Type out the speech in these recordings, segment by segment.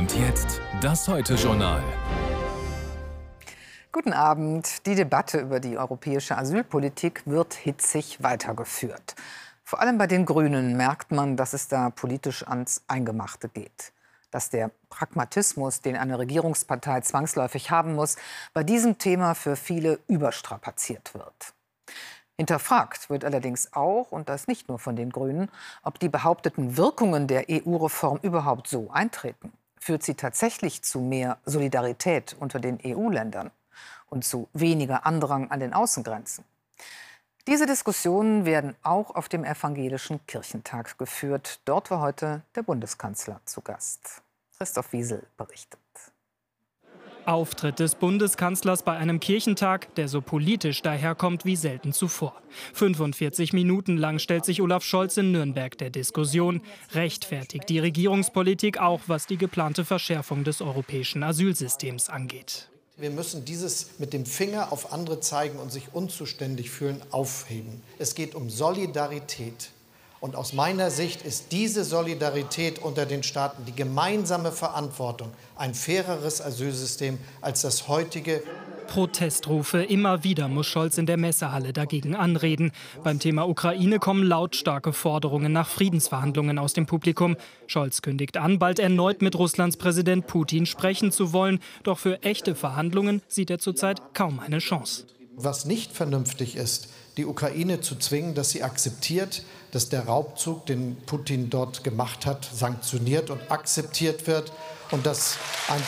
Und jetzt das Heute-Journal. Guten Abend. Die Debatte über die europäische Asylpolitik wird hitzig weitergeführt. Vor allem bei den Grünen merkt man, dass es da politisch ans Eingemachte geht. Dass der Pragmatismus, den eine Regierungspartei zwangsläufig haben muss, bei diesem Thema für viele überstrapaziert wird. Hinterfragt wird allerdings auch, und das nicht nur von den Grünen, ob die behaupteten Wirkungen der EU-Reform überhaupt so eintreten. Führt sie tatsächlich zu mehr Solidarität unter den EU-Ländern und zu weniger Andrang an den Außengrenzen? Diese Diskussionen werden auch auf dem Evangelischen Kirchentag geführt. Dort war heute der Bundeskanzler zu Gast. Christoph Wiesel berichtet. Auftritt des Bundeskanzlers bei einem Kirchentag, der so politisch daherkommt wie selten zuvor. 45 Minuten lang stellt sich Olaf Scholz in Nürnberg der Diskussion, rechtfertigt die Regierungspolitik auch, was die geplante Verschärfung des europäischen Asylsystems angeht. Wir müssen dieses mit dem Finger auf andere zeigen und sich unzuständig fühlen aufheben. Es geht um Solidarität. Und aus meiner Sicht ist diese Solidarität unter den Staaten, die gemeinsame Verantwortung, ein faireres Asylsystem als das heutige. Protestrufe. Immer wieder muss Scholz in der Messehalle dagegen anreden. Beim Thema Ukraine kommen lautstarke Forderungen nach Friedensverhandlungen aus dem Publikum. Scholz kündigt an, bald erneut mit Russlands Präsident Putin sprechen zu wollen. Doch für echte Verhandlungen sieht er zurzeit kaum eine Chance. Was nicht vernünftig ist, die Ukraine zu zwingen, dass sie akzeptiert, dass der Raubzug, den Putin dort gemacht hat, sanktioniert und akzeptiert wird und dass ein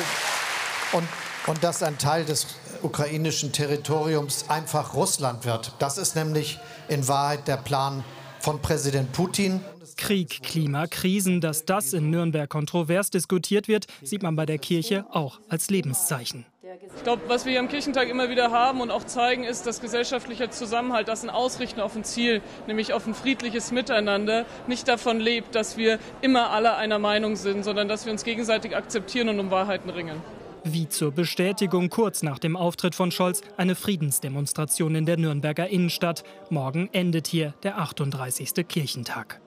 Teil des ukrainischen Territoriums einfach Russland wird. Das ist nämlich in Wahrheit der Plan von Präsident Putin. Krieg, Klima, Krisen, dass das in Nürnberg kontrovers diskutiert wird, sieht man bei der Kirche auch als Lebenszeichen. Ich glaube, was wir hier am Kirchentag immer wieder haben und auch zeigen, ist, dass gesellschaftlicher Zusammenhalt, das ein Ausrichten auf ein Ziel, nämlich auf ein friedliches Miteinander, nicht davon lebt, dass wir immer alle einer Meinung sind, sondern dass wir uns gegenseitig akzeptieren und um Wahrheiten ringen. Wie zur Bestätigung kurz nach dem Auftritt von Scholz eine Friedensdemonstration in der Nürnberger Innenstadt. Morgen endet hier der 38. Kirchentag.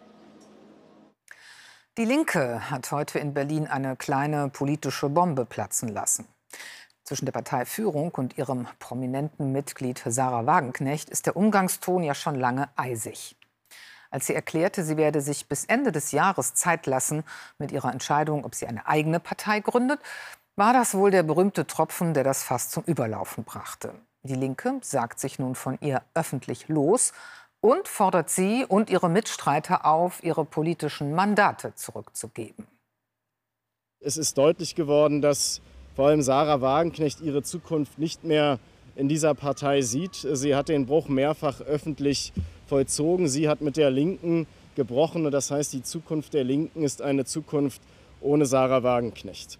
Die Linke hat heute in Berlin eine kleine politische Bombe platzen lassen. Zwischen der Parteiführung und ihrem prominenten Mitglied Sarah Wagenknecht ist der Umgangston ja schon lange eisig. Als sie erklärte, sie werde sich bis Ende des Jahres Zeit lassen mit ihrer Entscheidung, ob sie eine eigene Partei gründet, war das wohl der berühmte Tropfen, der das Fass zum Überlaufen brachte. Die Linke sagt sich nun von ihr öffentlich los und fordert sie und ihre Mitstreiter auf, ihre politischen Mandate zurückzugeben. Es ist deutlich geworden, dass vor allem Sarah Wagenknecht ihre Zukunft nicht mehr in dieser Partei sieht. Sie hat den Bruch mehrfach öffentlich vollzogen. Sie hat mit der Linken gebrochen. Und das heißt, die Zukunft der Linken ist eine Zukunft ohne Sarah Wagenknecht.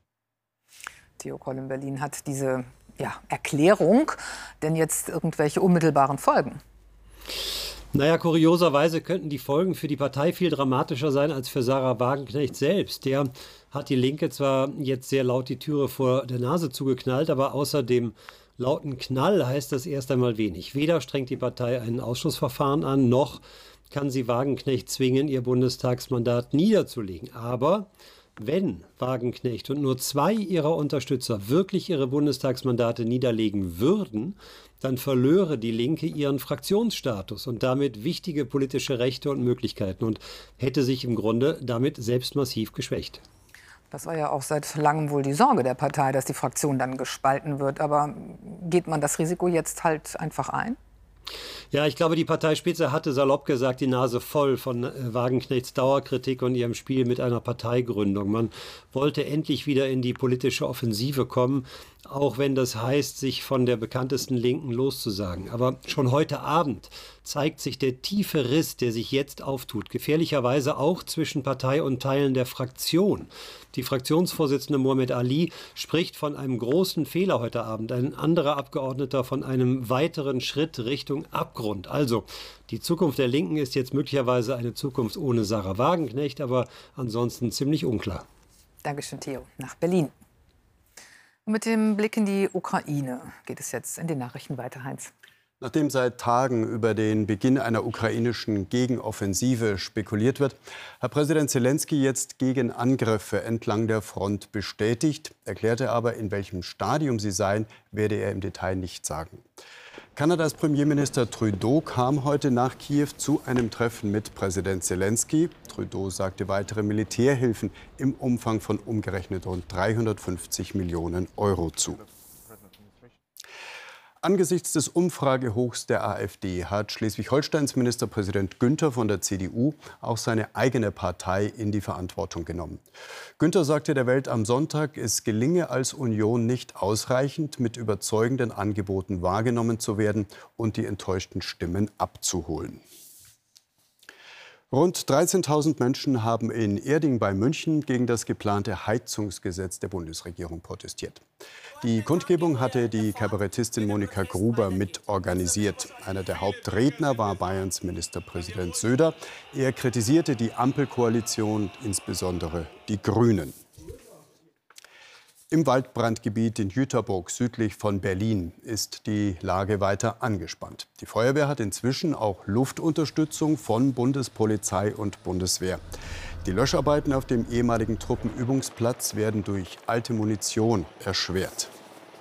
Theo Koll in Berlin hat diese Erklärung denn jetzt irgendwelche unmittelbaren Folgen? Naja, kurioserweise könnten die Folgen für die Partei viel dramatischer sein als für Sarah Wagenknecht selbst. Der hat die Linke zwar jetzt sehr laut die Türe vor der Nase zugeknallt, aber außer dem lauten Knall heißt das erst einmal wenig. Weder strengt die Partei ein Ausschussverfahren an, noch kann sie Wagenknecht zwingen, ihr Bundestagsmandat niederzulegen. Aber wenn Wagenknecht und nur 2 ihrer Unterstützer wirklich ihre Bundestagsmandate niederlegen würden, dann verlöre die Linke ihren Fraktionsstatus und damit wichtige politische Rechte und Möglichkeiten und hätte sich im Grunde damit selbst massiv geschwächt. Das war ja auch seit langem wohl die Sorge der Partei, dass die Fraktion dann gespalten wird. Aber geht man das Risiko jetzt halt einfach ein? Ja, ich glaube, die Parteispitze hatte salopp gesagt die Nase voll von Wagenknechts Dauerkritik und ihrem Spiel mit einer Parteigründung. Man wollte endlich wieder in die politische Offensive kommen, auch wenn das heißt, sich von der bekanntesten Linken loszusagen. Aber schon heute Abend zeigt sich der tiefe Riss, der sich jetzt auftut, gefährlicherweise auch zwischen Partei und Teilen der Fraktion. Die Fraktionsvorsitzende Mohamed Ali spricht von einem großen Fehler heute Abend, ein anderer Abgeordneter von einem weiteren Schritt Richtung Abgrund. Also, die Zukunft der Linken ist jetzt möglicherweise eine Zukunft ohne Sarah Wagenknecht, aber ansonsten ziemlich unklar. Dankeschön, Theo. Nach Berlin. Und mit dem Blick in die Ukraine geht es jetzt in den Nachrichten weiter, Heinz. Nachdem seit Tagen über den Beginn einer ukrainischen Gegenoffensive spekuliert wird, hat Präsident Zelensky jetzt Gegenangriffe entlang der Front bestätigt, erklärte aber, in welchem Stadium sie seien, werde er im Detail nicht sagen. Kanadas Premierminister Trudeau kam heute nach Kiew zu einem Treffen mit Präsident Zelensky. Trudeau sagte weitere Militärhilfen im Umfang von umgerechnet rund 350 Millionen Euro zu. Angesichts des Umfragehochs der AfD hat Schleswig-Holsteins Ministerpräsident Günther von der CDU auch seine eigene Partei in die Verantwortung genommen. Günther sagte der Welt am Sonntag, es gelinge als Union nicht ausreichend, mit überzeugenden Angeboten wahrgenommen zu werden und die enttäuschten Stimmen abzuholen. Rund 13.000 Menschen haben in Erding bei München gegen das geplante Heizungsgesetz der Bundesregierung protestiert. Die Kundgebung hatte die Kabarettistin Monika Gruber mitorganisiert. Einer der Hauptredner war Bayerns Ministerpräsident Söder. Er kritisierte die Ampelkoalition, insbesondere die Grünen. Im Waldbrandgebiet in Jüterbock südlich von Berlin ist die Lage weiter angespannt. Die Feuerwehr hat inzwischen auch Luftunterstützung von Bundespolizei und Bundeswehr. Die Löscharbeiten auf dem ehemaligen Truppenübungsplatz werden durch alte Munition erschwert.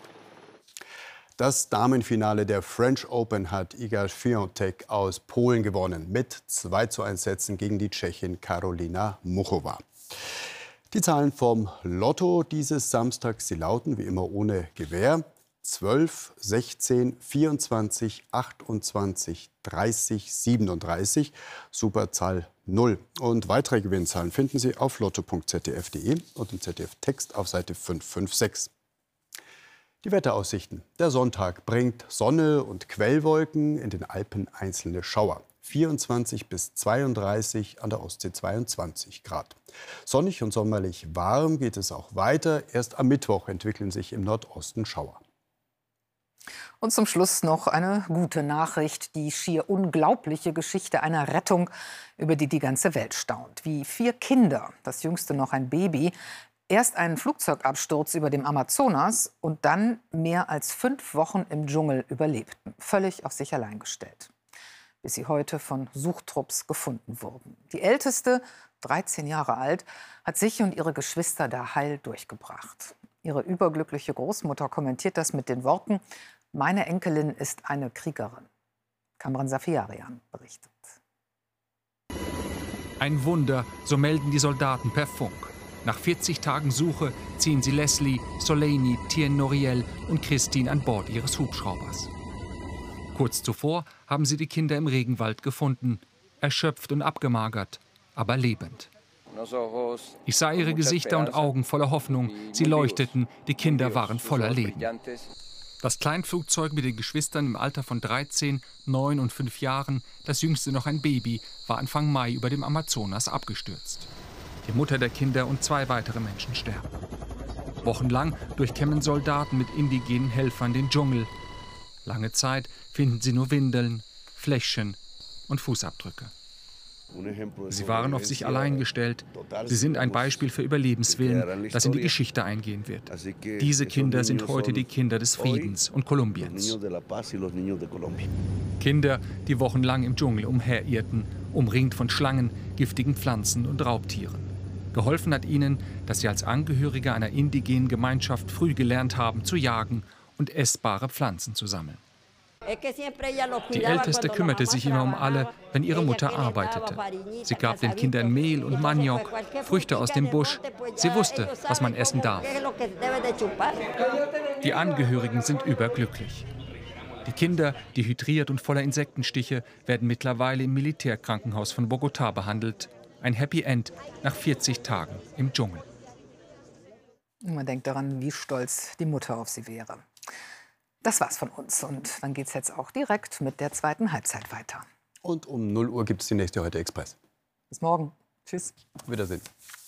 Das Damenfinale der French Open hat Iga Świątek aus Polen gewonnen mit 2:1 Sätzen gegen die Tschechin Karolina Muchova. Die Zahlen vom Lotto dieses Samstags, sie lauten wie immer ohne Gewähr: 12, 16, 24, 28, 30, 37, Superzahl 0. Und weitere Gewinnzahlen finden Sie auf lotto.zdf.de und im ZDF-Text auf Seite 556. Die Wetteraussichten. Der Sonntag bringt Sonne und Quellwolken, in den Alpen einzelne Schauer. 24 bis 32, an der Ostsee 22 Grad. Sonnig und sommerlich warm geht es auch weiter. Erst am Mittwoch entwickeln sich im Nordosten Schauer. Und zum Schluss noch eine gute Nachricht. Die schier unglaubliche Geschichte einer Rettung, über die die ganze Welt staunt. Wie 4 Kinder, das jüngste noch ein Baby, erst einen Flugzeugabsturz über dem Amazonas und dann mehr als 5 Wochen im Dschungel überlebten. Völlig auf sich allein gestellt. Bis sie heute von Suchtrupps gefunden wurden. Die älteste, 13 Jahre alt, hat sich und ihre Geschwister da heil durchgebracht. Ihre überglückliche Großmutter kommentiert das mit den Worten: Meine Enkelin ist eine Kriegerin. Kamran Safiyarian berichtet. Ein Wunder, so melden die Soldaten per Funk. Nach 40 Tagen Suche ziehen sie Leslie, Soleini, Tien Noriel und Christine an Bord ihres Hubschraubers. Kurz zuvor haben sie die Kinder im Regenwald gefunden, erschöpft und abgemagert, aber lebend. Ich sah ihre Gesichter und Augen voller Hoffnung. Sie leuchteten, die Kinder waren voller Leben. Das Kleinflugzeug mit den Geschwistern im Alter von 13, 9 und 5 Jahren, das jüngste noch ein Baby, war Anfang Mai über dem Amazonas abgestürzt. Die Mutter der Kinder und 2 weitere Menschen sterben. Wochenlang durchkämmen Soldaten mit indigenen Helfern den Dschungel. Lange Zeit finden sie nur Windeln, Fläschchen und Fußabdrücke. Sie waren auf sich allein gestellt. Sie sind ein Beispiel für Überlebenswillen, das in die Geschichte eingehen wird. Diese Kinder sind heute die Kinder des Friedens und Kolumbiens. Kinder, die wochenlang im Dschungel umherirrten, umringt von Schlangen, giftigen Pflanzen und Raubtieren. Geholfen hat ihnen, dass sie als Angehörige einer indigenen Gemeinschaft früh gelernt haben, zu jagen und essbare Pflanzen zu sammeln. Die Älteste kümmerte sich immer um alle, wenn ihre Mutter arbeitete. Sie gab den Kindern Mehl und Maniok, Früchte aus dem Busch. Sie wusste, was man essen darf. Die Angehörigen sind überglücklich. Die Kinder, dehydriert und voller Insektenstiche, werden mittlerweile im Militärkrankenhaus von Bogotá behandelt. Ein Happy End nach 40 Tagen im Dschungel. Man denkt daran, wie stolz die Mutter auf sie wäre. Das war's von uns. Und dann geht's jetzt auch direkt mit der zweiten Halbzeit weiter. Und um 0 Uhr gibt es die nächste Heute Express. Bis morgen. Tschüss. Wiedersehen.